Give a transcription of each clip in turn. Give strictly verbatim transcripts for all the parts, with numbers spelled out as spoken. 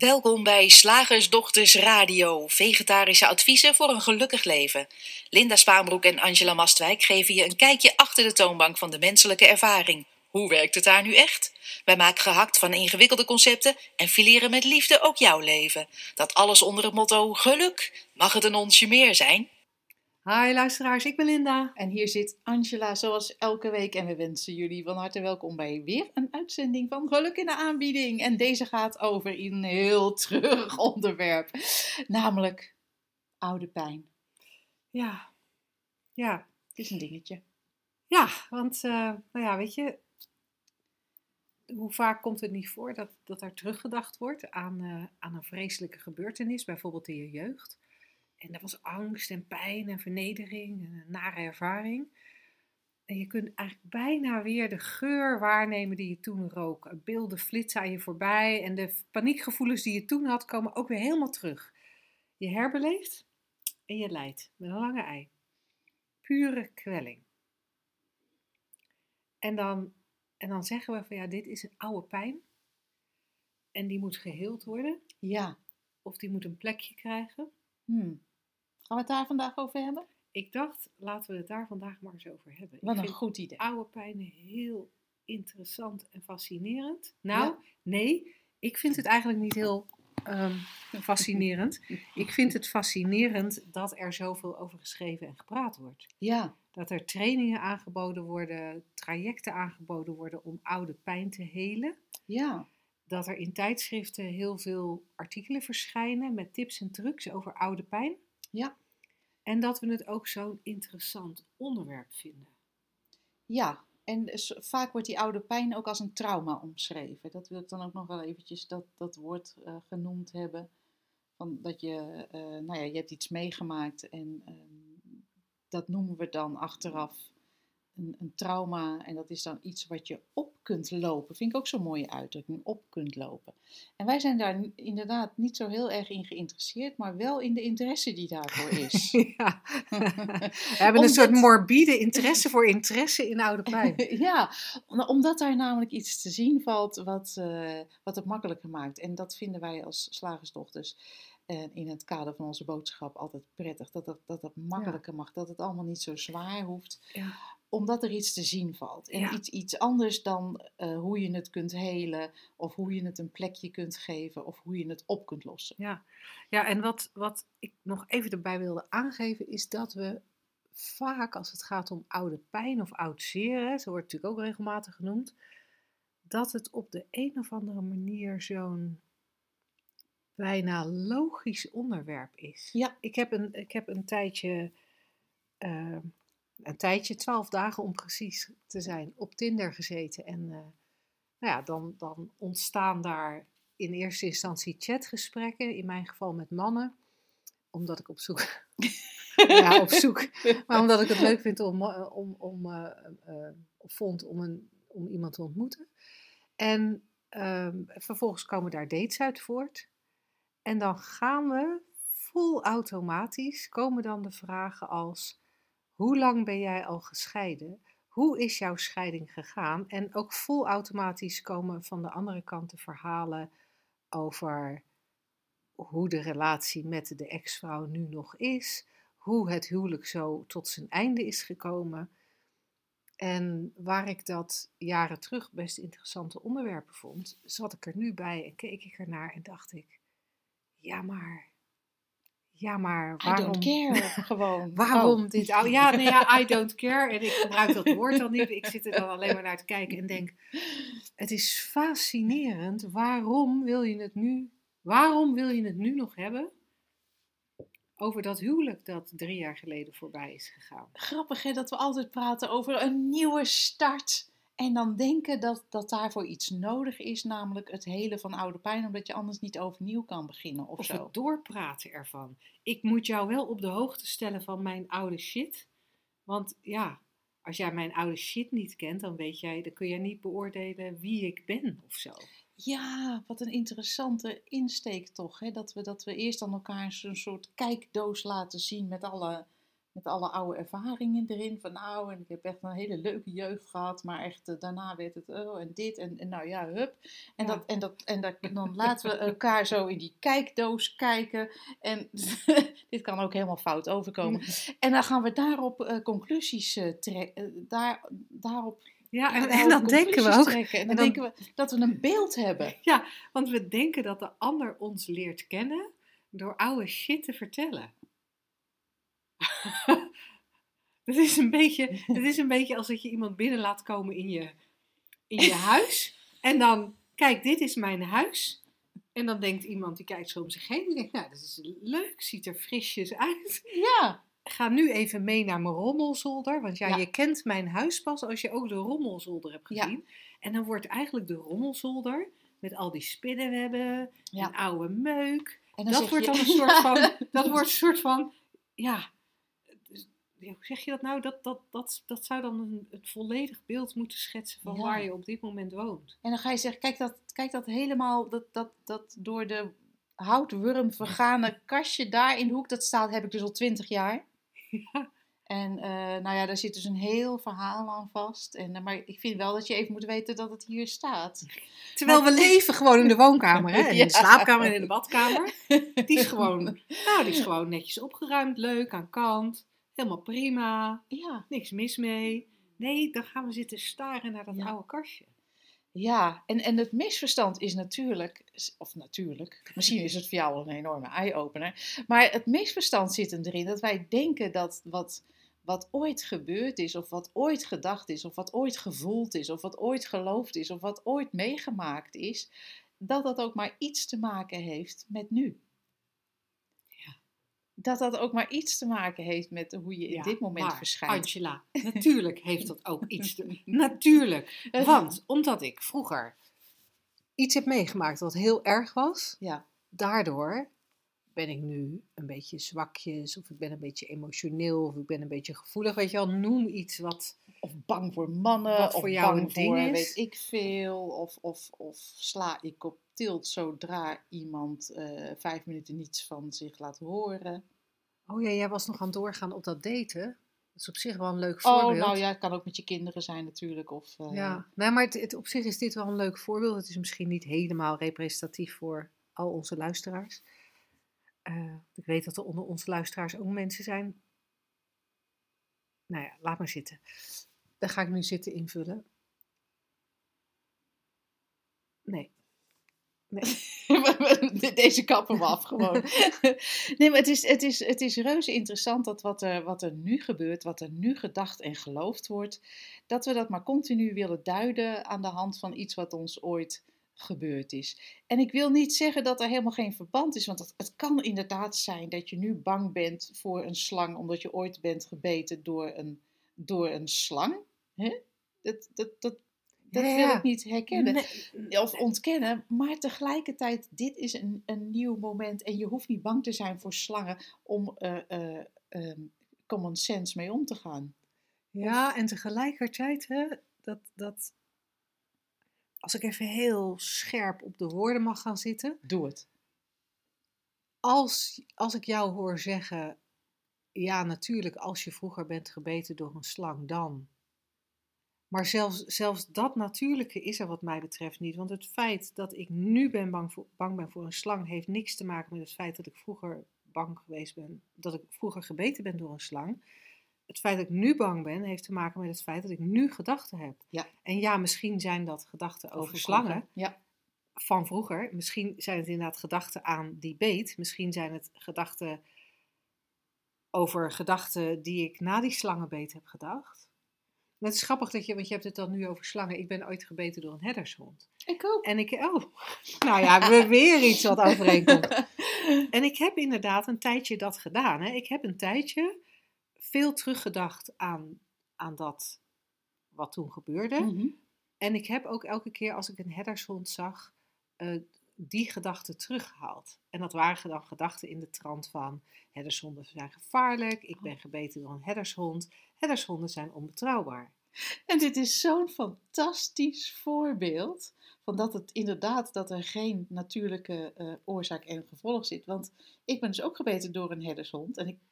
Welkom bij Slagersdochters Radio, vegetarische adviezen voor een gelukkig leven. Linda Spaanbroek en Angela Mastwijk geven je een kijkje achter de toonbank van de menselijke ervaring. Hoe werkt het daar nu echt? Wij maken gehakt van ingewikkelde concepten en fileren met liefde ook jouw leven. Dat alles onder het motto geluk. Mag het een onsje meer zijn? Hi luisteraars, ik ben Linda. En hier zit Angela zoals elke week en we wensen jullie van harte welkom bij weer een uitzending van Geluk in de Aanbieding. En deze gaat over een heel treurig onderwerp, namelijk oude pijn. Ja, ja, Het is een dingetje. ja, want uh, nou ja, weet je, hoe vaak komt het niet voor dat, dat er teruggedacht wordt aan, uh, aan een vreselijke gebeurtenis, bijvoorbeeld in je jeugd. En dat was angst en pijn en vernedering en een nare ervaring. En je kunt eigenlijk bijna weer de geur waarnemen die je toen rook. Beelden flitsen aan je voorbij en de paniekgevoelens die je toen had komen ook weer helemaal terug. Je herbeleeft en je lijdt met een lange ei. Pure kwelling. En dan, en dan zeggen we van ja, dit is een oude pijn. En die moet geheeld worden. Ja. Of die moet een plekje krijgen. Hmm. Gaan we het daar vandaag over hebben? Ik dacht, laten we het daar vandaag maar eens over hebben. Wat Ik een goed idee. Oude pijn heel interessant en fascinerend. Nou, Ja. nee, ik vind het eigenlijk niet heel um, fascinerend. Ik vind het fascinerend dat er zoveel over geschreven en gepraat wordt. Ja. Dat er trainingen aangeboden worden, trajecten aangeboden worden om oude pijn te helen. Ja. Dat er in tijdschriften heel veel artikelen verschijnen met tips en trucs over oude pijn. Ja. En dat we het ook zo'n interessant onderwerp vinden. Ja, en dus vaak wordt die oude pijn ook als een trauma omschreven. Dat wil ik dan ook nog wel eventjes dat, dat woord uh, genoemd hebben. Van dat je, uh, nou ja, je hebt iets meegemaakt en uh, dat noemen we dan achteraf een, een trauma. En dat is dan iets wat je op kunt lopen. Vind ik ook zo'n mooie uitdrukking, op kunt lopen. En wij zijn daar inderdaad niet zo heel erg in geïnteresseerd, maar wel in de interesse die daarvoor is. Ja. We hebben een Omdat... soort morbide interesse voor interesse in oude pijn. Ja, omdat daar namelijk iets te zien valt wat, uh, wat het makkelijker maakt. En dat vinden wij als slagersdochters uh, in het kader van onze boodschap altijd prettig. Dat het, dat het makkelijker ja. mag, dat het allemaal niet zo zwaar hoeft. Ja. Omdat er iets te zien valt. En Ja. iets, iets anders dan uh, hoe je het kunt helen. Of hoe je het een plekje kunt geven. Of hoe je het op kunt lossen. Ja, ja en wat, wat ik nog even erbij wilde aangeven is dat we vaak als het gaat om oude pijn of oud zeer, zo wordt het natuurlijk ook regelmatig genoemd, dat het op de een of andere manier zo'n bijna logisch onderwerp is. Ja. Ik heb een, ik heb een tijdje... Uh, Een tijdje, twaalf dagen om precies te zijn, op Tinder gezeten. En uh, nou ja, dan, dan ontstaan daar in eerste instantie chatgesprekken, in mijn geval met mannen. Omdat ik op zoek, ja op zoek, maar omdat ik het leuk vind om, om, om, uh, uh, vond om, een, om iemand te ontmoeten. En uh, vervolgens komen daar dates uit voort. En dan gaan we vol automatisch, komen dan de vragen als... Hoe lang ben jij al gescheiden? Hoe is jouw scheiding gegaan? En ook vol automatisch komen van de andere kant de verhalen over hoe de relatie met de ex-vrouw nu nog is. Hoe het huwelijk zo tot zijn einde is gekomen. En waar ik dat jaren terug best interessante onderwerpen vond, zat ik er nu bij en keek ik ernaar en dacht ik, ja maar... Ja, maar waarom... I don't care, gewoon. waarom oh. dit... Oh, ja, nee, ja, I don't care. En ik gebruik dat woord dan niet. Ik zit er dan alleen maar naar te kijken en denk... Het is fascinerend. Waarom wil je het nu... Waarom wil je het nu nog hebben... over dat huwelijk dat drie jaar geleden voorbij is gegaan? Grappig hè, dat we altijd praten over een nieuwe start... En dan denken dat, dat daarvoor iets nodig is, namelijk het helen van oude pijn, omdat je anders niet overnieuw kan beginnen of, of zo. het doorpraten ervan. Ik moet jou wel op de hoogte stellen van mijn oude shit. Want ja, als jij mijn oude shit niet kent, dan weet jij, dan kun jij niet beoordelen wie ik ben of zo. Ja, wat een interessante insteek toch. Hè? Dat, we, dat we eerst aan elkaar zo'n soort kijkdoos laten zien met alle Met alle oude ervaringen erin. Van nou, en ik heb echt een hele leuke jeugd gehad. Maar echt uh, daarna werd het oh, en dit en, en nou ja, hup. En, Ja. dat, en, dat, en dat, dan laten we elkaar zo in die kijkdoos kijken. En dit kan ook helemaal fout overkomen. En dan gaan we daarop uh, conclusies uh, trekken. Uh, daar, daarop Ja, en, ja, en dan denken we ook... trekken. En dan, en dan denken we dat we een beeld hebben. Ja, want we denken dat de ander ons leert kennen door oude shit te vertellen. Het is een beetje, het is een beetje als dat je iemand binnen laat komen in je, in je huis. En dan, kijk, dit is mijn huis. En dan denkt iemand, die kijkt zo om zich heen. Die denkt, nou, dat is leuk, ziet er frisjes uit. Ja. Ga nu even mee naar mijn rommelzolder. Want ja, Ja. je kent mijn huis pas als je ook de rommelzolder hebt gezien. Ja. En dan wordt eigenlijk de rommelzolder met al die spinnenwebben Ja. en oude meuk. En dan Dat zeg wordt je- dan een soort van, dat wordt een soort van, ja, dus, ja, hoe zeg je dat nou? Dat, dat, dat, dat zou dan een, het volledig beeld moeten schetsen van Ja. waar je op dit moment woont. En dan ga je zeggen, kijk dat, kijk dat helemaal, dat, dat, dat door de houtwurm vergane kastje daar in de hoek, dat staat, heb ik dus al twintig jaar. Ja. En uh, nou ja, daar zit dus een heel verhaal aan vast. En, uh, maar ik vind wel dat je even moet weten dat het hier staat. Terwijl we leven gewoon in de woonkamer, hè? En in Ja. de slaapkamer en in de badkamer. Die is gewoon, nou, die is gewoon netjes opgeruimd, leuk, aan kant. Helemaal prima, Ja, niks mis mee. Nee, dan gaan we zitten staren naar dat Ja. oude kastje. ja. En, en het misverstand is natuurlijk, of natuurlijk, misschien is het voor jou wel een enorme eye-opener. Maar het misverstand zit hem erin dat wij denken dat wat... wat ooit gebeurd is, of wat ooit gedacht is, of wat ooit gevoeld is, of wat ooit geloofd is, of wat ooit meegemaakt is, dat dat ook maar iets te maken heeft met nu. Ja. Dat dat ook maar iets te maken heeft met hoe je in Ja, dit moment maar, verschijnt. Angela, natuurlijk heeft dat ook iets te... Natuurlijk. Want, omdat ik vroeger iets heb meegemaakt wat heel erg was, Ja, daardoor ben ik nu een beetje zwakjes, of ik ben een beetje emotioneel, of ik ben een beetje gevoelig. Weet je wel, noem iets wat... of bang voor mannen, Wat of voor jou bang een ding voor is. weet ik veel, of, of, of sla ik op tilt zodra iemand uh, vijf minuten niets van zich laat horen. Oh ja, jij was nog aan het doorgaan op dat daten. Dat is op zich wel een leuk Oh, voorbeeld. nou ja, het kan ook met je kinderen zijn natuurlijk. Of, uh, Ja, nee, maar het, het, op zich is dit wel een leuk voorbeeld. Het is misschien niet helemaal representatief voor al onze luisteraars. Uh, ik weet dat er onder onze luisteraars ook mensen zijn. Nou ja, laat maar zitten. Dan ga ik nu zitten invullen. Nee. Nee. Deze kappen we af gewoon. Nee, maar het is, het is, het is reuze interessant dat wat er, wat er nu gebeurt, wat er nu gedacht en geloofd wordt, dat we dat maar continu willen duiden aan de hand van iets wat ons ooit gebeurd is. En ik wil niet zeggen dat er helemaal geen verband is, want het, het kan inderdaad zijn dat je nu bang bent voor een slang, omdat je ooit bent gebeten door een, door een slang. Hè? Dat, dat, dat, dat ja, wil ja. ik niet herkennen Nee. of ontkennen, maar tegelijkertijd, dit is een, een nieuw moment en je hoeft niet bang te zijn voor slangen om uh, uh, um, common sense mee om te gaan. Ja, of... en tegelijkertijd, hè, dat... dat als ik even heel scherp op de woorden mag gaan zitten. Doe het. Als, als ik jou hoor zeggen, ja natuurlijk, als je vroeger bent gebeten door een slang, dan. Maar zelfs, zelfs dat natuurlijke is er wat mij betreft niet. Want het feit dat ik nu ben bang, voor, bang ben voor een slang, heeft niks te maken met het feit dat ik vroeger bang geweest ben, dat ik vroeger gebeten ben door een slang. Het feit dat ik nu bang ben, heeft te maken met het feit dat ik nu gedachten heb. Ja. En ja, misschien zijn dat gedachten over, over slangen ja. van vroeger. Misschien zijn het inderdaad gedachten aan die beet. Misschien zijn het gedachten over gedachten die ik na die slangenbeet heb gedacht. Het is grappig dat je, want je hebt het dan nu over slangen. Ik ben ooit gebeten door een herdershond. Ik ook. En ik, oh, nou ja, we hebben weer iets wat overeenkomt. En ik heb inderdaad een tijdje dat gedaan. Hè. Ik heb een tijdje veel teruggedacht aan, aan dat wat toen gebeurde. Mm-hmm. En ik heb ook elke keer als ik een herdershond zag, uh, die gedachten teruggehaald. En dat waren dan gedachten in de trant van, herdershonden zijn gevaarlijk, ik ben gebeten door een herdershond, herdershonden zijn onbetrouwbaar. En dit is zo'n fantastisch voorbeeld van dat het inderdaad, dat er geen natuurlijke uh, oorzaak en gevolg zit. Want ik ben dus ook gebeten door een herdershond en ik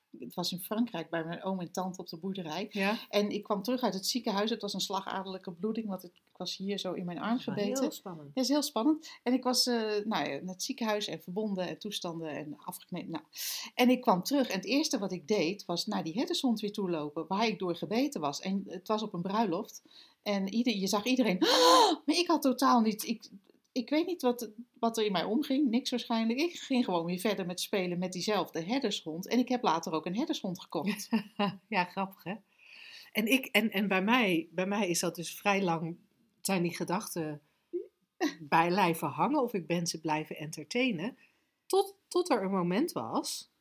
het was in Frankrijk bij mijn oom en tante op de boerderij. Ja, En ik kwam terug uit het ziekenhuis. Het was een slagaderlijke bloeding, want ik, ik was hier zo in mijn arm dat is wel gebeten. heel spannend. Ja, dat is heel spannend. En ik was uh, nou ja, naar het ziekenhuis en verbonden en toestanden en afgeknepen. Nou. En ik kwam terug en het eerste wat ik deed was naar die herdershond weer toelopen, waar ik door gebeten was. En het was op een bruiloft. En ieder, je zag iedereen, oh, maar ik had totaal niet, ik, ik weet niet wat, wat er in mij omging, niks waarschijnlijk. Ik ging gewoon weer verder met spelen met diezelfde herdershond. En ik heb later ook een herdershond gekocht. Ja, grappig hè. En, ik, en, en bij, mij, bij mij is dat dus vrij lang, zijn die gedachten bij blijven hangen of ik ben ze blijven entertainen. Tot, tot er een moment was,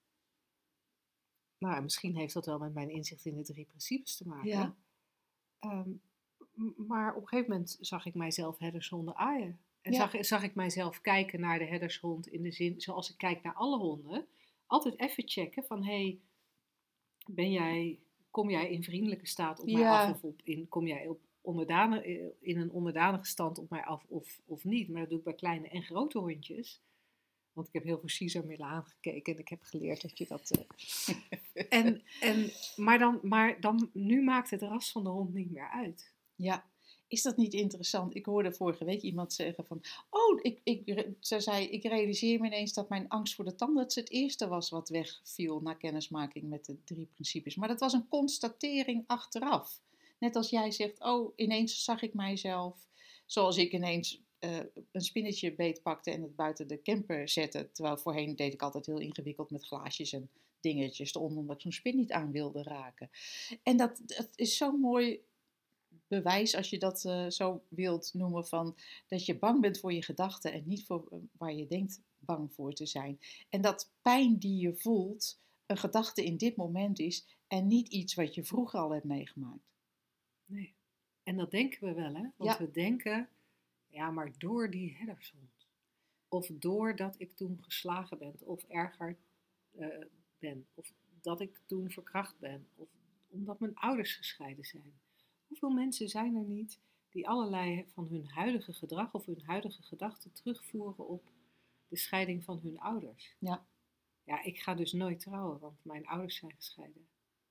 nou misschien heeft dat wel met mijn inzicht in de drie principes te maken. Ja. Um, maar op een gegeven moment zag ik mijzelf herdershonden aaien. En Ja. zag, zag ik mijzelf kijken naar de herdershond in de zin, zoals ik kijk naar alle honden. Altijd even checken van, hé, hey, ben jij, kom jij in vriendelijke staat op mij Ja. af of op, in, kom jij op onderdanig, in een onderdanige stand op mij af of, of niet. Maar dat doe ik bij kleine en grote hondjes. Want ik heb heel veel Caesar-millen aangekeken en ik heb geleerd dat je dat... Uh... en, en, maar, dan, maar dan, nu maakt het ras van de hond niet meer uit. Ja, is dat niet interessant? Ik hoorde vorige week iemand zeggen van... Oh, ik, ik, ze zei, ik realiseer me ineens dat mijn angst voor de tandarts het eerste was wat wegviel na kennismaking met de drie principes. Maar dat was een constatering achteraf. Net als jij zegt, oh, ineens zag ik mijzelf, zoals ik ineens uh, een spinnetje beetpakte en het buiten de camper zette. Terwijl voorheen deed ik altijd heel ingewikkeld met glaasjes en dingetjes eronder, omdat ik zo'n spin niet aan wilde raken. En dat, dat is zo'n mooi bewijs, als je dat uh, zo wilt noemen, van dat je bang bent voor je gedachten en niet voor uh, waar je denkt bang voor te zijn. En dat pijn die je voelt een gedachte in dit moment is en niet iets wat je vroeger al hebt meegemaakt. Nee. En dat denken we wel, hè? Want Ja. we denken, ja, maar door die herdershond. Of doordat ik toen geslagen ben, of erger uh, ben. Of dat ik toen verkracht ben. Of omdat mijn ouders gescheiden zijn. Hoeveel mensen zijn er niet die allerlei van hun huidige gedrag of hun huidige gedachten terugvoeren op de scheiding van hun ouders? Ja. Ja, ik ga dus nooit trouwen, want mijn ouders zijn gescheiden.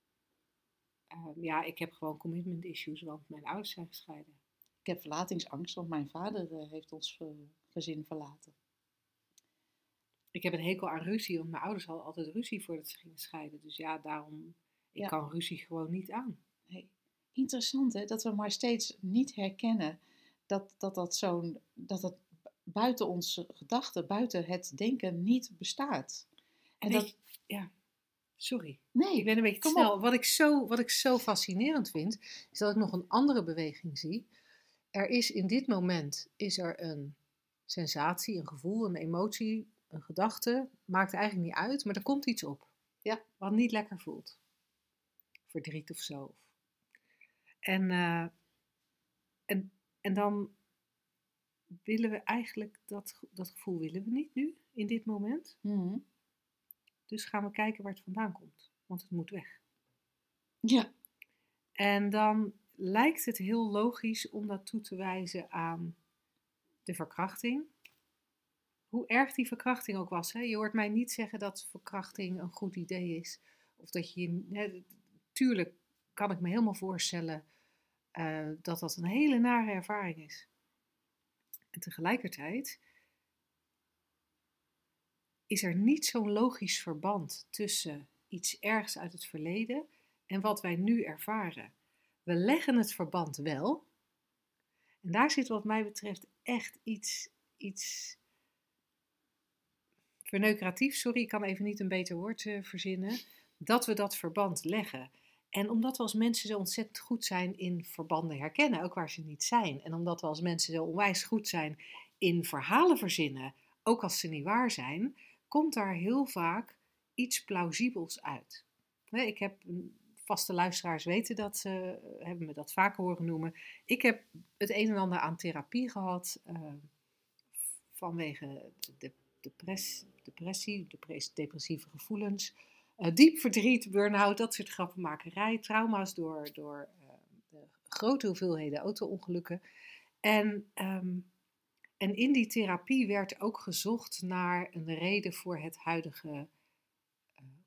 Uh, ja, ik heb gewoon commitment issues, want mijn ouders zijn gescheiden. Ik heb verlatingsangst, want mijn vader uh, heeft ons uh, gezin verlaten. Ik heb een hekel aan ruzie, want mijn ouders hadden altijd ruzie voordat ze gingen scheiden. Dus ja, daarom, ik ja. kan ruzie gewoon niet aan. Hey. Interessant hè, dat we maar steeds niet herkennen dat dat, dat, zo'n, dat het buiten onze gedachten, buiten het denken niet bestaat. En nee, dat... Ja, sorry. Nee, ik ben een beetje te snel. Wat ik, zo, wat ik zo fascinerend vind, is dat ik nog een andere beweging zie. Er is in dit moment, is er een sensatie, een gevoel, een emotie, een gedachte. Maakt eigenlijk niet uit, maar er komt iets op. Ja. Wat niet lekker voelt. Verdriet of zo. En, uh, en, en dan willen we eigenlijk, dat, dat gevoel willen we niet nu, in dit moment. Mm-hmm. Dus gaan we kijken waar het vandaan komt. Want het moet weg. Ja. En dan lijkt het heel logisch om dat toe te wijzen aan de verkrachting. Hoe erg die verkrachting ook was. Hè? Je hoort mij niet zeggen dat verkrachting een goed idee is. Of dat je... Hè, tuurlijk kan ik me helemaal voorstellen uh, dat dat een hele nare ervaring is. En tegelijkertijd is er niet zo'n logisch verband tussen iets ergs uit het verleden en wat wij nu ervaren. We leggen het verband wel. En daar zit wat mij betreft echt iets, iets verneukeratiefs, sorry, ik kan even niet een beter woord uh, verzinnen, dat we dat verband leggen. En omdat we als mensen zo ontzettend goed zijn in verbanden herkennen, ook waar ze niet zijn. En omdat we als mensen zo onwijs goed zijn in verhalen verzinnen, ook als ze niet waar zijn, komt daar heel vaak iets plausibels uit. Ik heb, vaste luisteraars weten dat, uh, hebben me dat vaker horen noemen. Ik heb het een en ander aan therapie gehad uh, vanwege de depressie, depressie depressieve gevoelens. Uh, diep verdriet, burn-out, dat soort grappenmakerij, trauma's door, door uh, de grote hoeveelheden auto-ongelukken. En, um, en in die therapie werd ook gezocht naar een reden voor het huidige uh,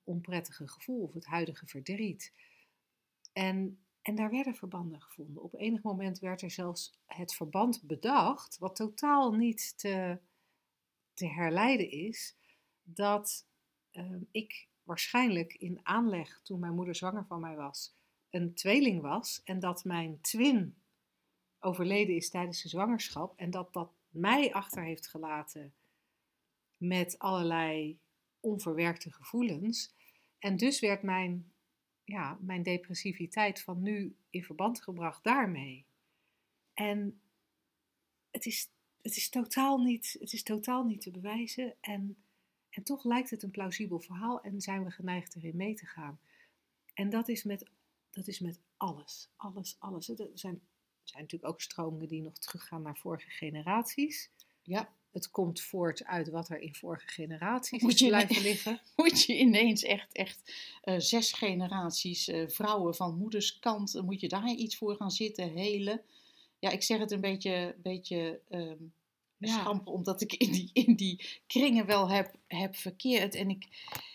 onprettige gevoel of het huidige verdriet. En, en daar werden verbanden gevonden. Op enig moment werd er zelfs het verband bedacht, wat totaal niet te, te herleiden is, dat uh, ik waarschijnlijk in aanleg, toen mijn moeder zwanger van mij was, een tweeling was en dat mijn twin overleden is tijdens de zwangerschap en dat dat mij achter heeft gelaten met allerlei onverwerkte gevoelens. En dus werd mijn, ja, mijn depressiviteit van nu in verband gebracht daarmee. En het is, het is, totaal, niet, het is totaal niet te bewijzen. En, en toch lijkt het een plausibel verhaal en zijn we geneigd erin mee te gaan. En dat is met, dat is met alles, alles, alles. Er zijn, er zijn natuurlijk ook stromingen die nog teruggaan naar vorige generaties. Ja. Het komt voort uit wat er in vorige generaties moet is je blijven liggen. Moet je ineens echt, echt uh, zes generaties uh, vrouwen van moederskant, moet je daar iets voor gaan zitten, helen? Ja, ik zeg het een beetje, beetje um, ja. schamper, omdat ik in die, in die kringen wel heb, heb verkeerd. En ik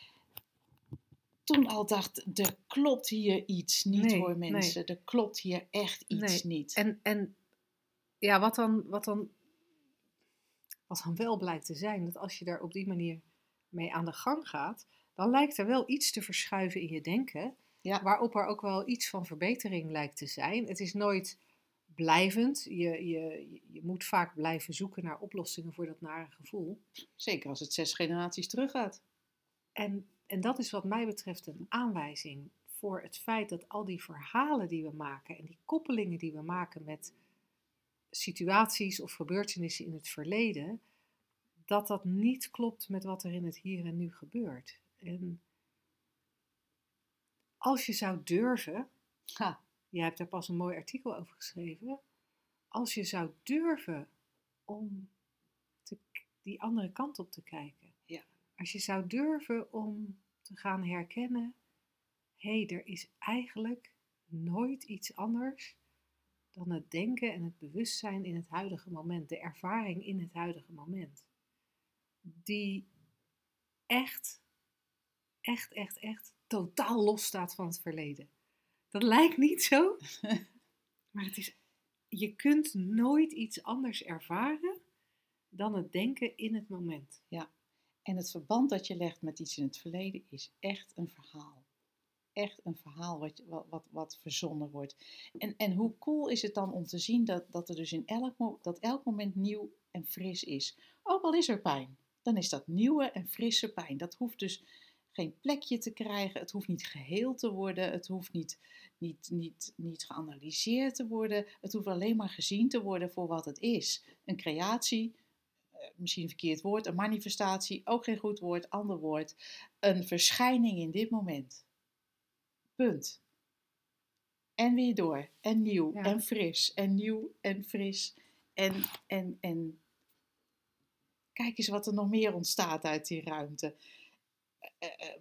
toen al dacht, er klopt hier iets niet nee, hoor mensen. Nee. Er klopt hier echt iets nee. niet. En, en ja, wat dan... Wat dan Wat dan wel blijkt te zijn, dat als je daar op die manier mee aan de gang gaat, dan lijkt er wel iets te verschuiven in je denken, ja. waarop er ook wel iets van verbetering lijkt te zijn. Het is nooit blijvend. Je, je, je moet vaak blijven zoeken naar oplossingen voor dat nare gevoel. Zeker als het zes generaties teruggaat. En, en dat is wat mij betreft een aanwijzing voor het feit dat al die verhalen die we maken en die koppelingen die we maken met situaties of gebeurtenissen in het verleden, dat dat niet klopt met wat er in het hier en nu gebeurt. En als je zou durven, ha. jij hebt daar pas een mooi artikel over geschreven, als je zou durven om te, die andere kant op te kijken, ja. als je zou durven om te gaan herkennen, hé, hey, er is eigenlijk nooit iets anders dan het denken en het bewustzijn in het huidige moment, de ervaring in het huidige moment, die echt, echt, echt, echt totaal los staat van het verleden. Dat lijkt niet zo, maar het is, je kunt nooit iets anders ervaren dan het denken in het moment. Ja, en het verband dat je legt met iets in het verleden is echt een verhaal. Echt een verhaal wat, wat, wat, wat verzonnen wordt. En, en hoe cool is het dan om te zien dat, dat er dus in elk, dat elk moment nieuw en fris is. Ook al is er pijn, dan is dat nieuwe en frisse pijn. Dat hoeft dus geen plekje te krijgen. Het hoeft niet geheel te worden. Het hoeft niet, niet, niet, niet geanalyseerd te worden. Het hoeft alleen maar gezien te worden voor wat het is. Een creatie, misschien een verkeerd woord, een manifestatie, ook geen goed woord, ander woord. Een verschijning in dit moment. Punt. En weer door. En nieuw. Ja. En fris. En nieuw. En fris. En, en, en kijk eens wat er nog meer ontstaat uit die ruimte. Uh, uh,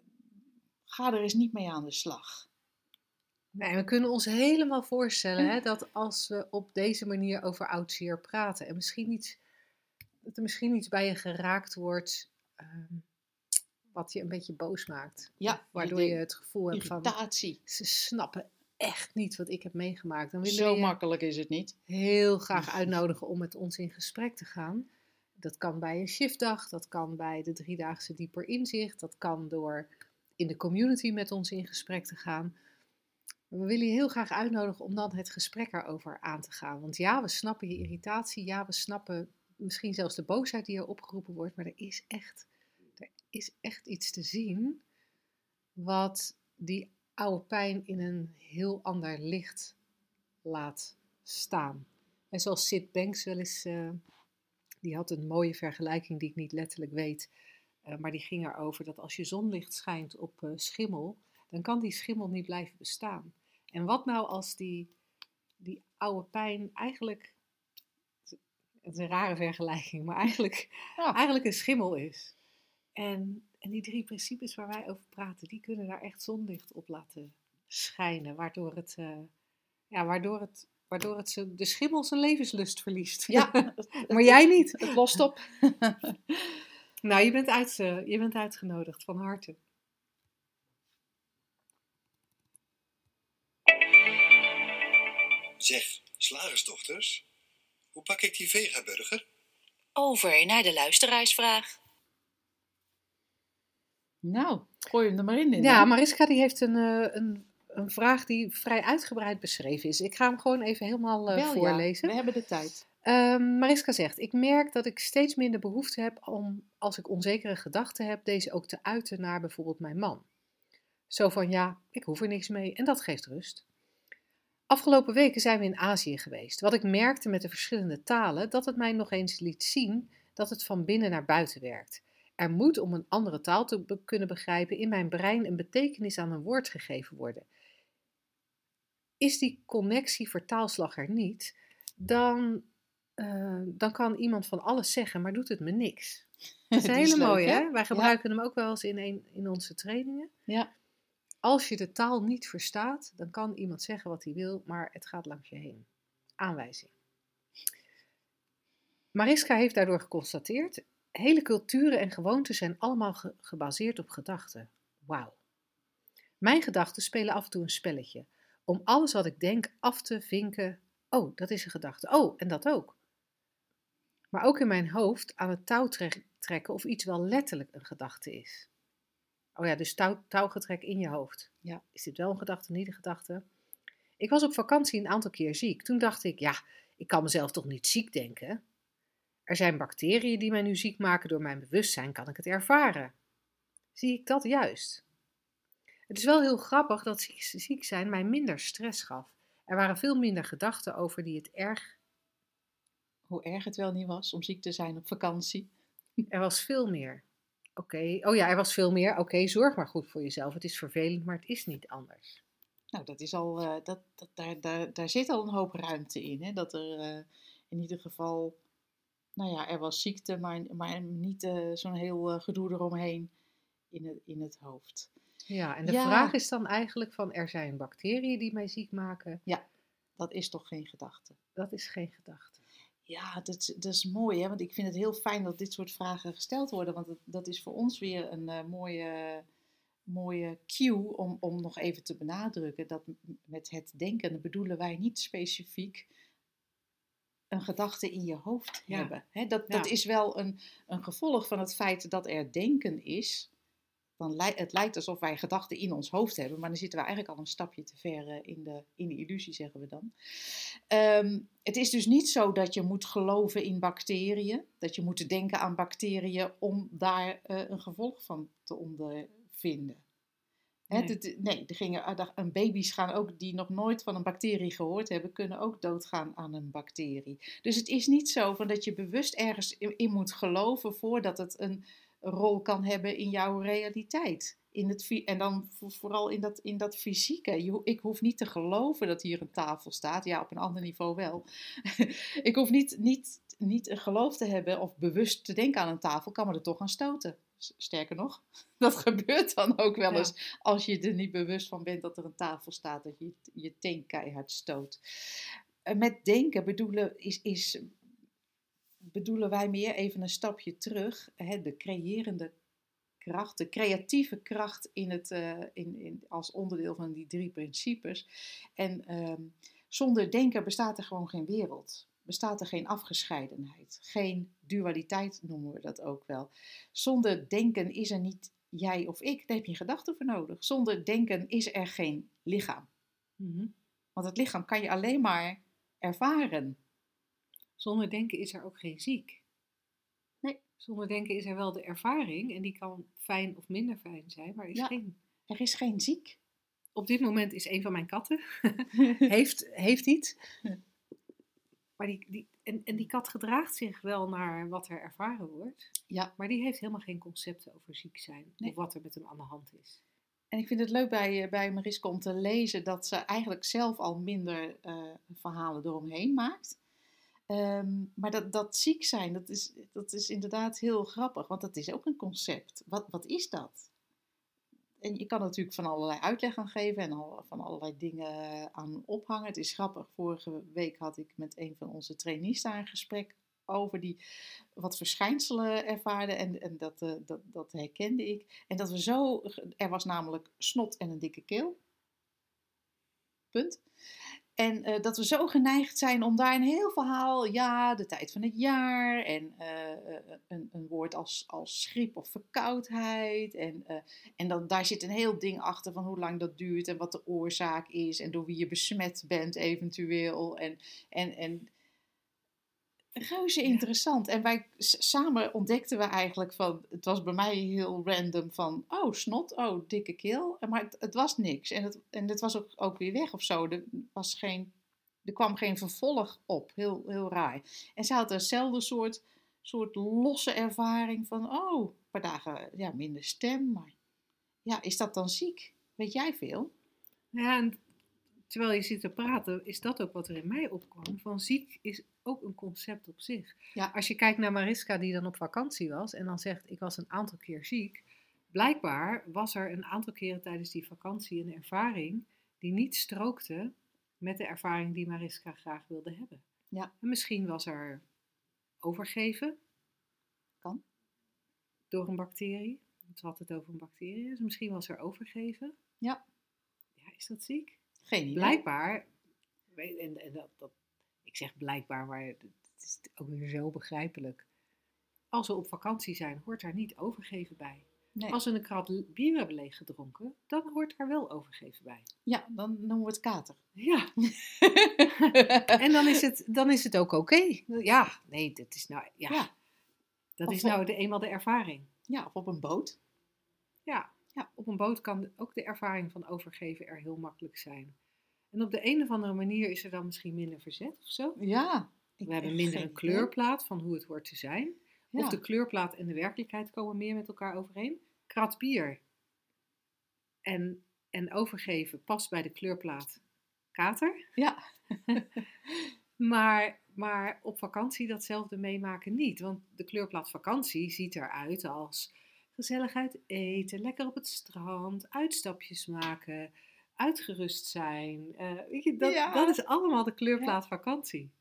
ga er eens niet mee aan de slag. Nee, we kunnen ons helemaal voorstellen hè, dat als we op deze manier over oud zeer praten en misschien iets, dat er misschien iets bij je geraakt wordt um, wat je een beetje boos maakt. Ja, waardoor je het gevoel hebt van, irritatie. Ze snappen echt niet wat ik heb meegemaakt. Dan willen Zo we makkelijk is het niet. Heel graag uitnodigen om met ons in gesprek te gaan. Dat kan bij een shiftdag, dat kan bij de driedaagse dieper inzicht, dat kan door in de community met ons in gesprek te gaan. We willen je heel graag uitnodigen om dan het gesprek erover aan te gaan. Want ja, we snappen je irritatie, ja, we snappen misschien zelfs de boosheid die er opgeroepen wordt, maar er is echt, er is echt iets te zien wat die oude pijn in een heel ander licht laat staan. En zoals Sid Banks wel eens, uh, die had een mooie vergelijking die ik niet letterlijk weet, uh, maar die ging erover dat als je zonlicht schijnt op uh, schimmel, dan kan die schimmel niet blijven bestaan. En wat nou als die, die oude pijn eigenlijk, het is een rare vergelijking, maar eigenlijk, ja. eigenlijk een schimmel is. En, en die drie principes waar wij over praten, die kunnen daar echt zonlicht op laten schijnen, waardoor het, uh, ja, waardoor het, waardoor het ze, de schimmel zijn levenslust verliest. Ja, maar jij niet. Het lost op. Nou, je bent, uit, uh, je bent uitgenodigd van harte. Zeg, slagersdochters, hoe pak ik die vegaburger? Over naar de luisteraarsvraag. Nou, gooi hem er maar in, Linda. Ja, Mariska die heeft een, uh, een, een vraag die vrij uitgebreid beschreven is. Ik ga hem gewoon even helemaal uh, Wel, voorlezen. Ja, we hebben de tijd. Um, Mariska zegt, ik merk dat ik steeds minder behoefte heb om, als ik onzekere gedachten heb, deze ook te uiten naar bijvoorbeeld mijn man. Zo van, ja, ik hoef er niks mee en dat geeft rust. Afgelopen weken zijn we in Azië geweest. Wat ik merkte met de verschillende talen, dat het mij nog eens liet zien dat het van binnen naar buiten werkt. Er moet, om een andere taal te be- kunnen begrijpen, in mijn brein een betekenis aan een woord gegeven worden. Is die connectie vertaalslag er niet, dan, uh, dan kan iemand van alles zeggen, maar doet het me niks. Dat is een hele mooie, hè? hè? Wij gebruiken ja. hem ook wel eens in, een, in onze trainingen. Ja. Als je de taal niet verstaat, dan kan iemand zeggen wat hij wil, maar het gaat langs je heen. Aanwijzing. Mariska heeft daardoor geconstateerd, hele culturen en gewoonten zijn allemaal ge- gebaseerd op gedachten. Wauw. Mijn gedachten spelen af en toe een spelletje. Om alles wat ik denk af te vinken. Oh, dat is een gedachte. Oh, en dat ook. Maar ook in mijn hoofd aan het touw tre- trekken of iets wel letterlijk een gedachte is. Oh ja, dus touw, touwgetrek in je hoofd. Ja. Is dit wel een gedachte, niet een gedachte? Ik was op vakantie een aantal keer ziek. Toen dacht ik, ja, ik kan mezelf toch niet ziek denken? Er zijn bacteriën die mij nu ziek maken. Door mijn bewustzijn kan ik het ervaren. Zie ik dat juist? Het is wel heel grappig dat ziek, ziek zijn mij minder stress gaf. Er waren veel minder gedachten over die het erg... Hoe erg het wel niet was om ziek te zijn op vakantie. Er was veel meer. Oké, okay. Oh ja, er was veel meer. Oké, okay, zorg maar goed voor jezelf. Het is vervelend, maar het is niet anders. Nou, dat is al, uh, dat, dat, daar, daar, daar zit al een hoop ruimte in. Hè? Dat er uh, in ieder geval, nou ja, er was ziekte, maar, maar niet uh, zo'n heel uh, gedoe eromheen in het, in het hoofd. Ja, en de ja. vraag is dan eigenlijk van, er zijn bacteriën die mij ziek maken. Ja, dat is toch geen gedachte? Dat is geen gedachte. Ja, dat, dat is mooi, hè? Want ik vind het heel fijn dat dit soort vragen gesteld worden. Want dat, dat is voor ons weer een uh, mooie, mooie cue om, om nog even te benadrukken. Dat met het denken bedoelen wij niet specifiek een gedachte in je hoofd ja. hebben. Hè? Dat, ja. dat is wel een, een gevolg van het feit dat er denken is. Dan li- het lijkt alsof wij gedachten in ons hoofd hebben, maar dan zitten we eigenlijk al een stapje te ver uh, in, de, in de illusie, zeggen we dan. Um, het is dus niet zo dat je moet geloven in bacteriën, dat je moet denken aan bacteriën om daar uh, een gevolg van te ondervinden. Nee, He, dit, nee er gingen, uh, baby's gaan ook die nog nooit van een bacterie gehoord hebben, kunnen ook doodgaan aan een bacterie. Dus het is niet zo van dat je bewust ergens in, in moet geloven voordat het een rol kan hebben in jouw realiteit. In het, en dan vooral in dat, in dat fysieke. Je, ik hoef niet te geloven dat hier een tafel staat. Ja, op een ander niveau wel. Ik hoef niet, niet, niet een geloof te hebben of bewust te denken aan een tafel. Kan me er toch aan stoten. Sterker nog, dat gebeurt dan ook wel eens. Ja. Als je er niet bewust van bent dat er een tafel staat. Dat je je teen keihard stoot. Met denken bedoelen is... is bedoelen wij meer even een stapje terug, hè, de creërende kracht, de creatieve kracht in het, uh, in, in, als onderdeel van die drie principes. En um, zonder denken bestaat er gewoon geen wereld. Bestaat er geen afgescheidenheid, geen dualiteit noemen we dat ook wel. Zonder denken is er niet jij of ik, daar heb je gedachten voor nodig. Zonder denken is er geen lichaam. Mm-hmm. Want het lichaam kan je alleen maar ervaren. Zonder denken is er ook geen ziek. Nee. Zonder denken is er wel de ervaring en die kan fijn of minder fijn zijn, maar er is ja, geen... Er is geen ziek. Op dit moment is een van mijn katten, heeft, heeft iets. Maar die, die, en, en die kat gedraagt zich wel naar wat er ervaren wordt. Ja. Maar die heeft helemaal geen concepten over ziek zijn nee. of wat er met hem aan de hand is. En ik vind het leuk bij, bij Mariska om te lezen dat ze eigenlijk zelf al minder uh, verhalen eromheen maakt. Um, maar dat, dat ziek zijn, dat is, dat is inderdaad heel grappig, want dat is ook een concept. Wat, wat is dat? En je kan natuurlijk van allerlei uitleg aan geven en al, van allerlei dingen aan ophangen. Het is grappig, vorige week had ik met een van onze trainees daar een gesprek over die wat verschijnselen ervaarde en, en dat, uh, dat, dat herkende ik. En dat we zo, er was namelijk snot en een dikke keel. Punt. En uh, dat we zo geneigd zijn om daar een heel verhaal, ja, de tijd van het jaar en uh, een, een woord als, als griep of verkoudheid. En, uh, en dan, daar zit een heel ding achter van hoe lang dat duurt en wat de oorzaak is en door wie je besmet bent eventueel. En, en, en reuze interessant. En wij samen ontdekten we eigenlijk van, het was bij mij heel random van, oh snot, oh dikke keel. Maar het, het was niks. En het, en het was ook, ook weer weg of zo. Er, was geen, er kwam geen vervolg op. Heel, heel raar. En ze had eenzelfde soort, soort losse ervaring van, oh, een paar dagen ja, minder stem. Maar ja, is dat dan ziek? Weet jij veel? Ja, en terwijl je zit te praten, is dat ook wat er in mij opkwam. Van ziek is ook een concept op zich. Ja. Als je kijkt naar Mariska die dan op vakantie was en dan zegt ik was een aantal keer ziek. Blijkbaar was er een aantal keren tijdens die vakantie een ervaring die niet strookte met de ervaring die Mariska graag wilde hebben. Ja. En misschien was er overgeven. Kan. Door een bacterie. Het had het over een bacterie. Dus misschien was er overgeven. Ja. Ja, is dat ziek? Geen idee. Blijkbaar, en, en dat, dat, ik zeg blijkbaar, maar het is ook weer zo begrijpelijk. Als we op vakantie zijn, hoort daar niet overgeven bij. Nee. Als we een krat bier hebben leeggedronken, dan hoort daar wel overgeven bij. Ja, dan noemen we het kater. Ja. En dan is het, dan is het ook oké. Okay. Ja, nee, dat is nou, ja, ja. dat of is op, nou de, eenmaal de ervaring. Ja, of op een boot. Ja, ja, op een boot kan ook de ervaring van overgeven er heel makkelijk zijn. En op de een of andere manier is er dan misschien minder verzet of zo. Ja. We hebben minder een kleurplaat van hoe het hoort te zijn. Ja. Of de kleurplaat en de werkelijkheid komen meer met elkaar overeen. Krat bier en, en overgeven past bij de kleurplaat kater. Ja. maar, maar op vakantie datzelfde meemaken niet. Want de kleurplaat vakantie ziet eruit als gezelligheid eten, lekker op het strand, uitstapjes maken, uitgerust zijn. Uh, weet je, dat, ja. dat is allemaal de kleurplaat ja. vakantie.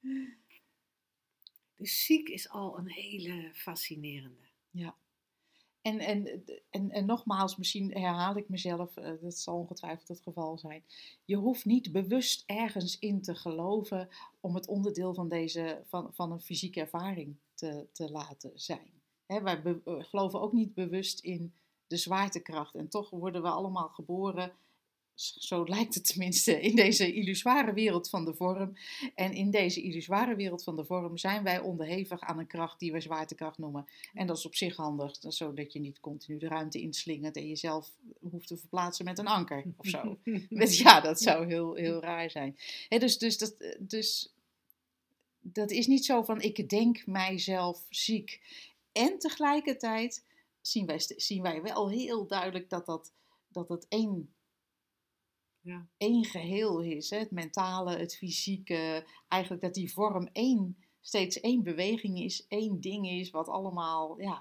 Dus ziek is al een hele fascinerende. Ja. En, en, en, en nogmaals, misschien herhaal ik mezelf, uh, dat zal ongetwijfeld het geval zijn. Je hoeft niet bewust ergens in te geloven om het onderdeel van, deze, van, van een fysieke ervaring te, te laten zijn. Hè, wij be, uh, geloven ook niet bewust in de zwaartekracht. En toch worden we allemaal geboren, zo lijkt het tenminste, in deze illusoire wereld van de vorm. En in deze illusoire wereld van de vorm zijn wij onderhevig aan een kracht die we zwaartekracht noemen. En dat is op zich handig, zodat je niet continu de ruimte inslingert en jezelf hoeft te verplaatsen met een anker of zo. Dus ja, dat zou heel, heel raar zijn. He, dus, dus, dat, dus dat is niet zo van ik denk mijzelf ziek. En tegelijkertijd zien wij, zien wij wel heel duidelijk dat dat, dat het één... Ja. één geheel is, hè? Het mentale, het fysieke, eigenlijk dat die vorm één, steeds één beweging is, één ding is, wat allemaal, ja.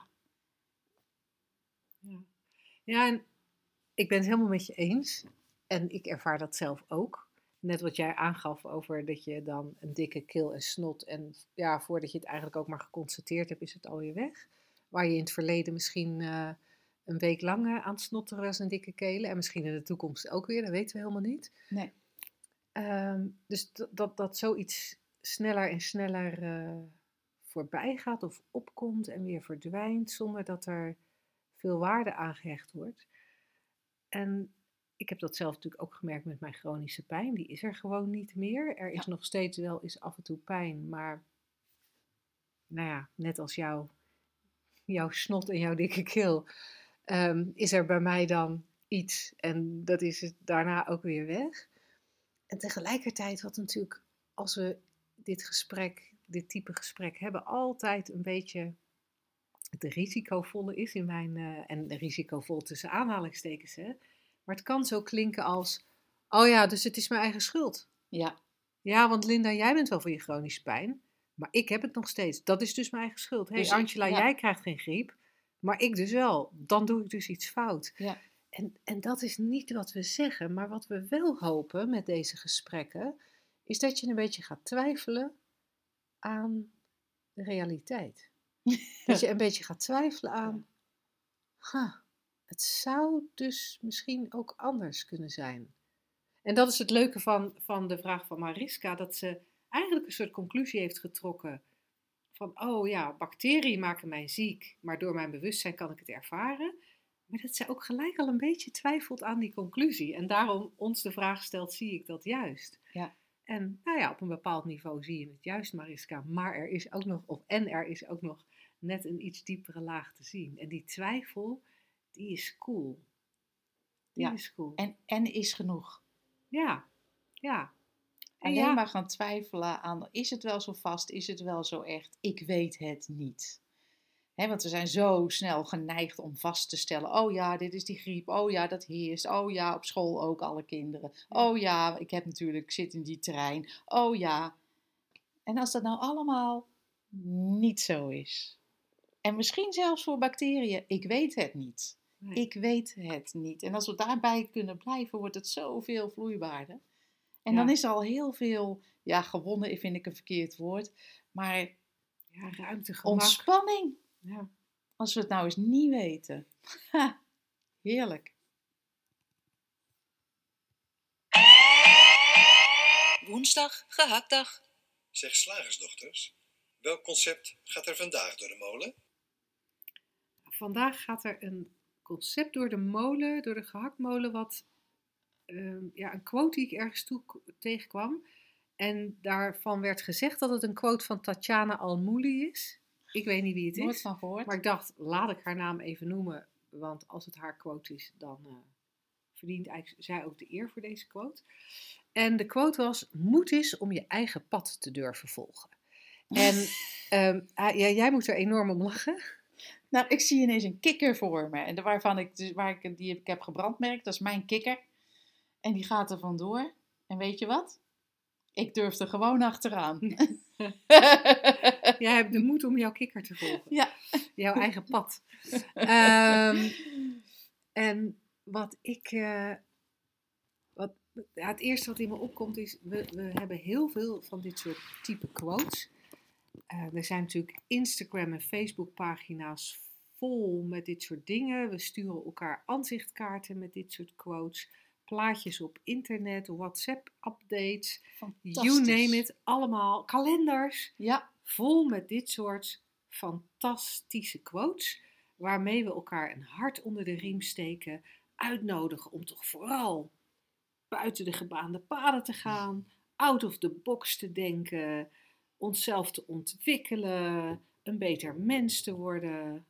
Ja, ja en ik ben het helemaal met je eens en ik ervaar dat zelf ook. Net wat jij aangaf over dat je dan een dikke keel en snot en ja, voordat je het eigenlijk ook maar geconstateerd hebt, is het alweer weg. Waar je in het verleden misschien... Uh, een week lang uh, aan het snotteren was een dikke kelen. En misschien in de toekomst ook weer, dat weten we helemaal niet. Nee. Um, dus dat, dat, dat zoiets sneller en sneller uh, voorbij gaat of opkomt en weer verdwijnt, zonder dat er veel waarde aan gehecht wordt. En ik heb dat zelf natuurlijk ook gemerkt met mijn chronische pijn. Die is er gewoon niet meer. Er is ja. nog steeds wel eens af en toe pijn, maar nou ja, net als jou, jouw snot en jouw dikke keel... Um, is er bij mij dan iets en dat is het daarna ook weer weg. En tegelijkertijd wat natuurlijk, als we dit gesprek, dit type gesprek hebben, altijd een beetje het risicovolle is in mijn, uh, en risicovol tussen aanhalingstekens, hè. Maar het kan zo klinken als, oh ja, dus het is mijn eigen schuld. Ja. Ja, want Linda, jij bent wel voor je chronische pijn, maar ik heb het nog steeds. Dat is dus mijn eigen schuld. Hé, hey, dus Angela, ja. jij krijgt geen griep. Maar ik dus wel. Dan doe ik dus iets fout. Ja. En, en dat is niet wat we zeggen. Maar wat we wel hopen met deze gesprekken... is dat je een beetje gaat twijfelen aan de realiteit. Dat je een beetje gaat twijfelen aan... Ha, het zou dus misschien ook anders kunnen zijn. En dat is het leuke van, van de vraag van Mariska, dat ze eigenlijk een soort conclusie heeft getrokken van, oh ja, bacteriën maken mij ziek, maar door mijn bewustzijn kan ik het ervaren. Maar dat zij ook gelijk al een beetje twijfelt aan die conclusie. En daarom ons de vraag stelt, zie ik dat juist? Ja. En nou ja, op een bepaald niveau zie je het juist, Mariska. Maar er is ook nog, of en er is ook nog net een iets diepere laag te zien. En die twijfel, die is cool. Die Ja. is cool. En, en is genoeg. Ja, ja. En Alleen ja, maar gaan twijfelen aan, is het wel zo vast, is het wel zo echt? Ik weet het niet. Hè, want we zijn zo snel geneigd om vast te stellen, oh ja, dit is die griep, oh ja, dat heerst, oh ja, op school ook alle kinderen. Oh ja, ik heb natuurlijk, ik zit in die trein, oh ja. En als dat nou allemaal niet zo is, en misschien zelfs voor bacteriën, ik weet het niet. nee. Ik weet het niet. En als we daarbij kunnen blijven, wordt het zoveel vloeibaarder. En Ja. dan is er al heel veel, ja, gewonnen vind ik een verkeerd woord, maar Ja, ruimte, gemak. ontspanning. Ja. Als we het nou eens niet weten. Ha, heerlijk. Woensdag, gehaktdag. Zeg slagersdochters, welk concept gaat er vandaag door de molen? Vandaag gaat er een concept door de molen, door de gehaktmolen, wat ehm, ja, een quote die ik ergens toe tegenkwam. En daarvan werd gezegd dat het een quote van Tatjana Almouli is. Ik weet niet wie het Nooit is, van gehoord. maar ik dacht, laat ik haar naam even noemen, want als het haar quote is, dan uh, verdient eigenlijk zij ook de eer voor deze quote. En de quote was, moed is om je eigen pad te durven volgen. En um, ah, ja, jij moet er enorm om lachen. Nou, ik zie ineens een kikker voor me. En waarvan ik, dus, waar ik die ik heb gebrandmerkt, dat is mijn kikker. En die gaat er vandoor. En weet je wat? Ik durf er gewoon achteraan. Jij hebt de moed om jouw kikker te volgen. Ja. Jouw eigen pad. Um, en wat ik... Uh, wat, ja, het eerste wat in me opkomt is... We, we hebben heel veel van dit soort type quotes. Uh, er zijn natuurlijk Instagram en Facebook pagina's vol met dit soort dingen. We sturen elkaar aanzichtkaarten met dit soort quotes. Plaatjes op internet, WhatsApp-updates, you name it, allemaal. Kalenders, Ja. Vol met dit soort fantastische quotes, waarmee we elkaar een hart onder de riem steken, uitnodigen om toch vooral buiten de gebaande paden te gaan, out of the box te denken, onszelf te ontwikkelen, een beter mens te worden.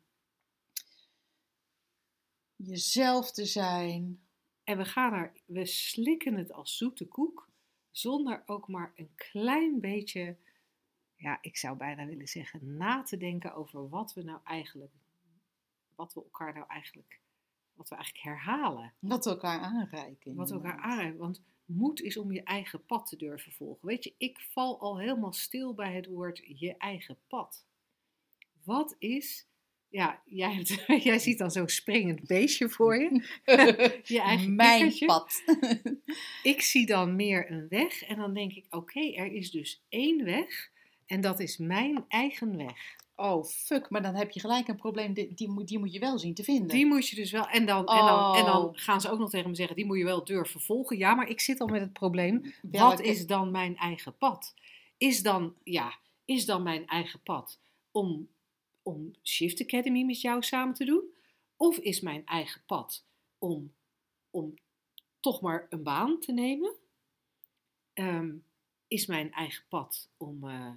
Jezelf te zijn. En we gaan er, we slikken het als zoete koek, zonder ook maar een klein beetje, ja, ik zou bijna willen zeggen, na te denken over wat we nou eigenlijk, wat we elkaar nou eigenlijk, wat we eigenlijk herhalen. Wat we elkaar aanreiken. Wat we elkaar aanreiken, want moed is om je eigen pad te durven volgen. Weet je, ik val al helemaal stil bij het woord je eigen pad. Wat is... Ja, jij, hebt, jij ziet dan zo'n springend beestje voor je. Je eigen Mijn kikkertje. pad. Ik zie dan meer een weg en dan denk ik, oké, okay, er is dus één weg en dat is mijn eigen weg. Oh, fuck, maar dan heb je gelijk een probleem, die, die, moet, die moet je wel zien te vinden. Die moet je dus wel, en dan, oh. en, dan, en dan gaan ze ook nog tegen me zeggen, die moet je wel durven volgen. Ja, maar ik zit al met het probleem, Welke? Wat is dan mijn eigen pad? Is dan, ja, is dan mijn eigen pad om... om Shift Academy met jou samen te doen? Of is mijn eigen pad om, om toch maar een baan te nemen? Um, is mijn eigen pad om uh,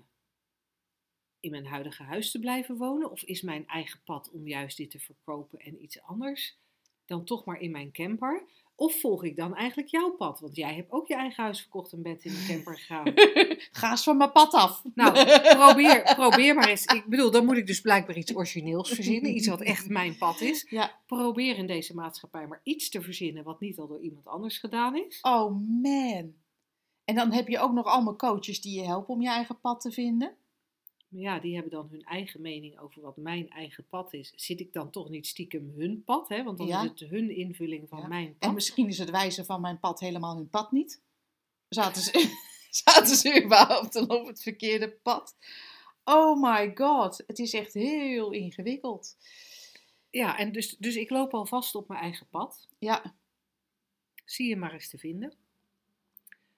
in mijn huidige huis te blijven wonen? Of is mijn eigen pad om juist dit te verkopen en iets anders dan toch maar in mijn camper? Of volg ik dan eigenlijk jouw pad? Want jij hebt ook je eigen huis verkocht en bent in de camper gegaan. Ga eens van mijn pad af. Nou, probeer, probeer maar eens. Ik bedoel, dan moet ik dus blijkbaar iets origineels verzinnen. Iets wat echt mijn pad is. Ja. Probeer in deze maatschappij maar iets te verzinnen wat niet al door iemand anders gedaan is. Oh man. En dan heb je ook nog allemaal coaches die je helpen om je eigen pad te vinden. Maar ja, die hebben dan hun eigen mening over wat mijn eigen pad is. Zit ik dan toch niet stiekem hun pad? Hè? Want dan ja. is het hun invulling van ja. mijn pad. En misschien is het wijzen van mijn pad helemaal hun pad niet. Zaten ze, zaten ze überhaupt dan op het verkeerde pad? Oh my god, het is echt heel ingewikkeld. Ja, en dus, dus ik loop al vast op mijn eigen pad. Ja. Zie je maar eens te vinden.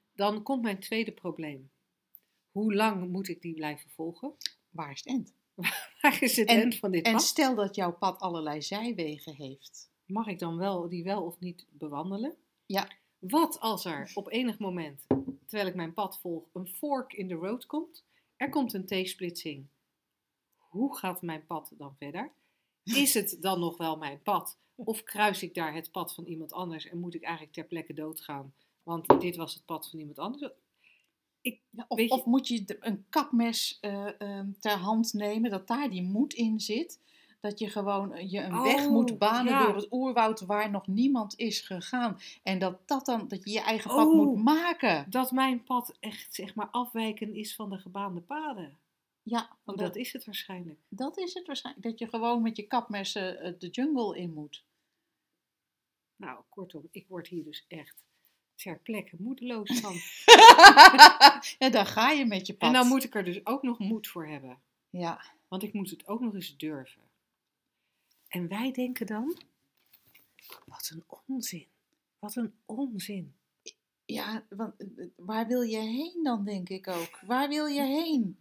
dan komt mijn tweede probleem. Hoe lang moet ik die blijven volgen? Waar is het eind? Waar is het En- eind van dit En pad? stel dat jouw pad allerlei zijwegen heeft. Mag ik dan wel die wel of niet bewandelen? Ja. Wat als er op enig moment, terwijl ik mijn pad volg, een fork in the road komt? Er komt een T-splitsing. Hoe gaat mijn pad dan verder? Is het dan nog wel mijn pad? Of kruis ik daar het pad van iemand anders en moet ik eigenlijk ter plekke doodgaan? Want dit was het pad van iemand anders. Ik, Ja, of, weet je- of moet je de- een kapmes eh, eh, ter hand nemen, dat daar die moed in zit. Dat je gewoon eh, je een Oh, weg moet banen ja. door het oerwoud waar nog niemand is gegaan. En dat, dat, dan, dat je je eigen pad Oh. moet maken. dat mijn pad echt zeg maar afwijken is van de gebaande paden. Ja, Oh, want dat dat, is het waarschijnlijk. dat is het waarschijnlijk. Dat je gewoon met je kapmes eh, de jungle in moet. Nou, kortom, ik word hier dus echt ter plekke moedeloos van. Ja, daar ga je met je pad. En dan moet ik er dus ook nog moed voor hebben. Ja, Want ik moet het ook nog eens durven. En wij denken dan, wat een onzin. Wat een onzin. ja, want eh, eh, waar wil je heen dan, denk ik ook? Waar wil je heen?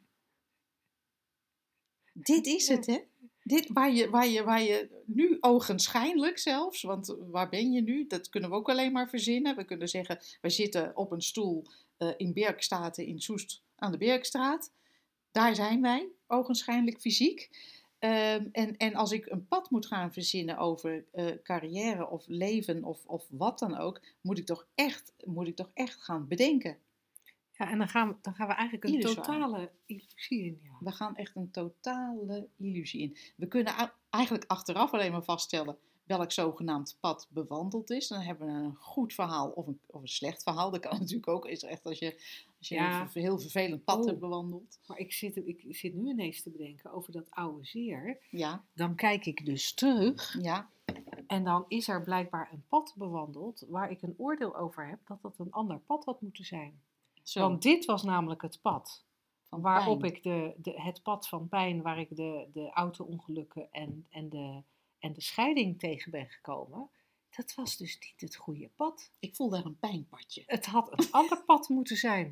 Dit is het, hè? Dit, waar, je, waar, je, waar je nu ogenschijnlijk zelfs, want waar ben je nu? Dat kunnen we ook alleen maar verzinnen. We kunnen zeggen, we zitten op een stoel eh, in Berkstaten in Soest aan de Berkstraat. Daar zijn wij, ogenschijnlijk fysiek. Ehm, en, en als ik een pad moet gaan verzinnen over eh, carrière of leven of, of wat dan ook, moet ik toch echt, moet ik toch echt gaan bedenken. Ja, en dan gaan we, dan gaan we eigenlijk een Illusie. totale illusie in. Ja. We gaan echt een totale illusie in. We kunnen a- eigenlijk achteraf alleen maar vaststellen welk zogenaamd pad bewandeld is. Dan hebben we een goed verhaal of een, of een slecht verhaal. Dat kan natuurlijk ook. Is echt als je, als je Ja. een ver- heel vervelend pad Oh. hebt bewandeld. Maar ik zit, ik zit nu ineens te bedenken over dat oude zeer. Ja, Dan kijk ik dus terug. ja, En dan is er blijkbaar een pad bewandeld waar ik een oordeel over heb dat dat een ander pad had moeten zijn. zo. Want dit was namelijk het pad van waarop pijn. ik de, de, het pad van pijn, waar ik de, de auto-ongelukken en, en, de, en de scheiding tegen ben gekomen. Dat was dus niet het goede pad. Ik voel daar een pijnpadje. Het had een ander pad moeten zijn.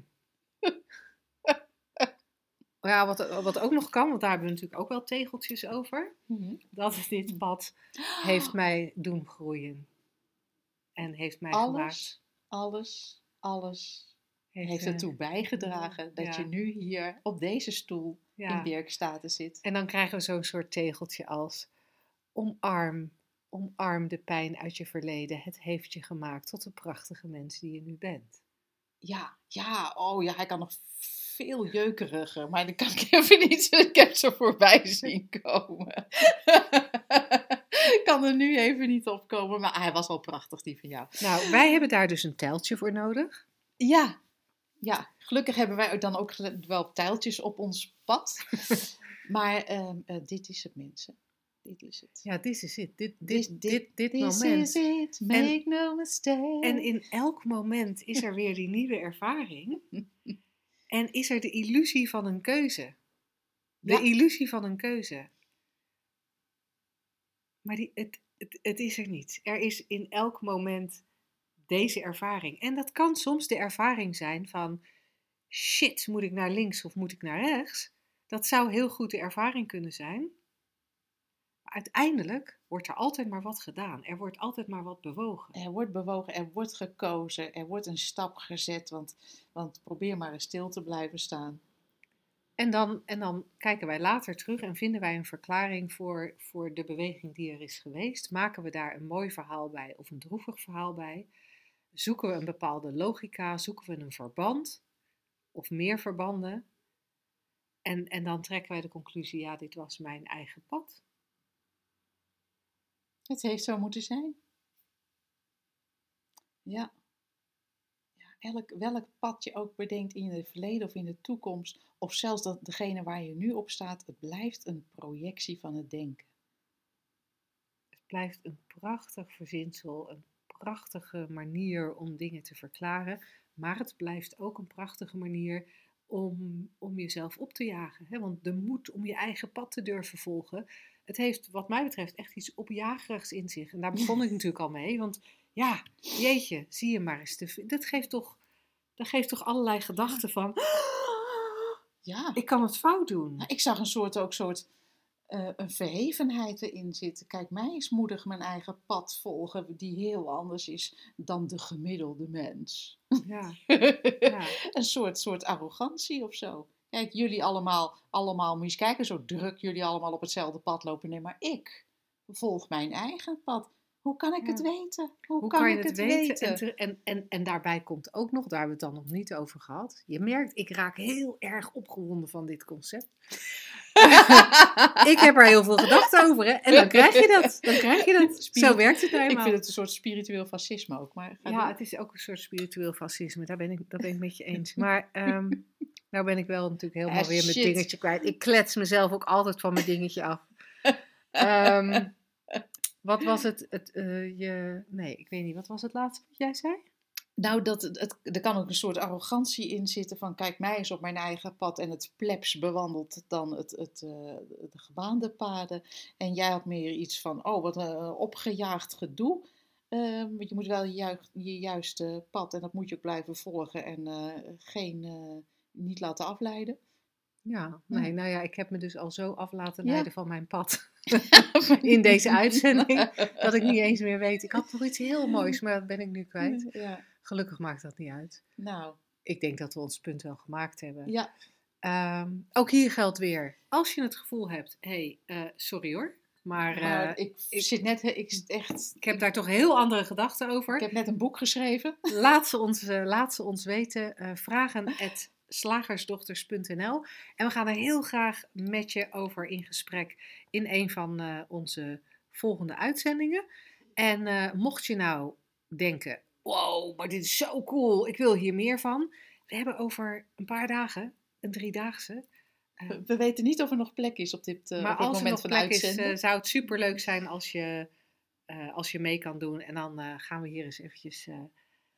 Ja, wat, wat ook nog kan, want daar hebben we natuurlijk ook wel tegeltjes over. Dat dit pad heeft mij doen groeien. En heeft mij Alles, gemaakt. alles, alles heeft eh, ertoe bijgedragen dat ja. je nu hier op deze stoel ja. in Berkstaten zit. En dan krijgen we zo'n soort tegeltje als: omarm, omarm de pijn uit je verleden. Het heeft je gemaakt tot de prachtige mens die je nu bent. Ja, ja, oh ja, hij kan nog veel jeukeriger, maar dat kan ik even niet. Ik heb ze voorbij zien komen. Ik kan er nu even niet op komen, maar hij was wel prachtig, die van jou. Nou, wij hebben daar dus een tijltje voor nodig. Ja, ja, gelukkig hebben wij dan ook wel tijltjes op ons pad. Maar ehm, eh, dit is het, mensen. Dit is het. Ja, dit is het. Dit, dit, This- dit, dit, This moment. is it, make no mistake. En in elk moment is er weer die nieuwe ervaring. En is er de illusie van een keuze. De Ja. illusie van een keuze. Maar die, het, het, het is er niet. Er is in elk moment deze ervaring. En dat kan soms de ervaring zijn van: shit, moet ik naar links of moet ik naar rechts? Dat zou heel goed de ervaring kunnen zijn. Maar uiteindelijk wordt er altijd maar wat gedaan. Er wordt altijd maar wat bewogen. Er wordt bewogen, er wordt gekozen, er wordt een stap gezet, want, want probeer maar eens stil te blijven staan. En dan, en dan kijken wij later terug en vinden wij een verklaring voor, voor de beweging die er is geweest. Maken we daar een mooi verhaal bij of een droevig verhaal bij? Zoeken we een bepaalde logica? Zoeken we een verband? Of meer verbanden? En, en dan trekken wij de conclusie: ja, dit was mijn eigen pad. Het heeft zo moeten zijn. Ja. Ja, elk, welk pad je ook bedenkt in het verleden of in de toekomst, of zelfs dat degene waar je nu op staat, het blijft een projectie van het denken. Het blijft een prachtig verzinsel, een prachtige manier om dingen te verklaren. Maar het blijft ook een prachtige manier om, om jezelf op te jagen. Hè? Want de moed om je eigen pad te durven volgen, het heeft wat mij betreft echt iets opjagerigs in zich. En daar begon ik natuurlijk al mee. Want ja, jeetje, zie je maar eens. De, dat geeft toch dat geeft toch allerlei gedachten van, Ja. ik kan het fout doen. Nou, ik zag een soort, ook soort uh, een verhevenheid erin zitten. Kijk, mij is moedig mijn eigen pad volgen, die heel anders is dan de gemiddelde mens. Ja. Ja. Een soort, soort arrogantie of zo. Kijk, jullie allemaal, allemaal, moet je eens kijken, zo druk jullie allemaal op hetzelfde pad lopen. Nee, maar ik volg mijn eigen pad. Hoe kan ik Ja. het weten? Hoe, Hoe kan, kan ik je het het weten? weten? En, te- en, en, en daarbij komt ook nog, daar hebben we het dan nog niet over gehad. Je merkt, ik raak heel erg opgewonden van dit concept. Ik heb er heel veel gedachten over, hè? En dan krijg je dat. Dan krijg je dat. Spirit- Zo werkt het Ik eenmaal. vind het een soort spiritueel fascisme ook. Maar ga Ja, door. het is ook een soort spiritueel fascisme. Daar ben ik, dat ben ik met je eens. Maar ehm, nou ben ik wel natuurlijk helemaal Ah, weer mijn shit. dingetje kwijt. Ik klets mezelf ook altijd van mijn dingetje af. Ehm, wat was het? het eh, je, nee, ik weet niet. Wat was het laatste wat jij zei? Nou, dat, het, het- er kan ook een soort arrogantie in zitten van kijk, mij is op mijn eigen pad en het plebs bewandelt dan het, het, eh, de gebaande paden. En jij had meer iets van, oh, wat een uh, opgejaagd gedoe. Ehm, want je moet wel je, juich- je juiste pad en dat moet je ook blijven volgen en eh, geen, eh, niet laten afleiden. Ja, nee, nou ja, ik heb me dus al zo af laten Ja. leiden van mijn pad in deze uitzending, dat ik niet eens meer weet. Ik had nog iets heel moois, maar dat ben ik nu kwijt. Ja, Gelukkig maakt dat niet uit. nou, Ik denk dat we ons punt wel gemaakt hebben. ja. Ehm, ook hier geldt weer, als je het gevoel hebt, hé, hey, eh, sorry hoor, maar, Maar eh, ik, zit net, ik zit echt, ik heb daar toch heel andere gedachten over. ik heb net een boek geschreven. Laat ze ons, eh, laat ze ons weten. eh vragen at slagersdochters punt n l. En we gaan er heel graag met je over in gesprek in een van eh, onze volgende uitzendingen. En eh, mocht je nou denken, wow, maar dit is zo cool, ik wil hier meer van. We hebben over een paar dagen een driedaagse. Eh, We, we weten niet of er nog plek is op dit, uh, maar op dit als er moment nog van plek is, uitzenden. eh, zou het superleuk zijn als je, eh, als je mee kan doen. En dan eh, gaan we hier eens eventjes eh,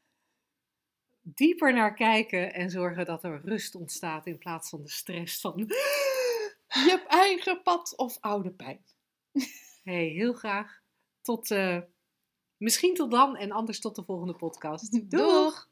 dieper naar kijken en zorgen dat er rust ontstaat in plaats van de stress van... Je hebt eigen pad of oude pijn. Hey, heel graag. Tot, eh, misschien tot dan en anders tot de volgende podcast. Doeg!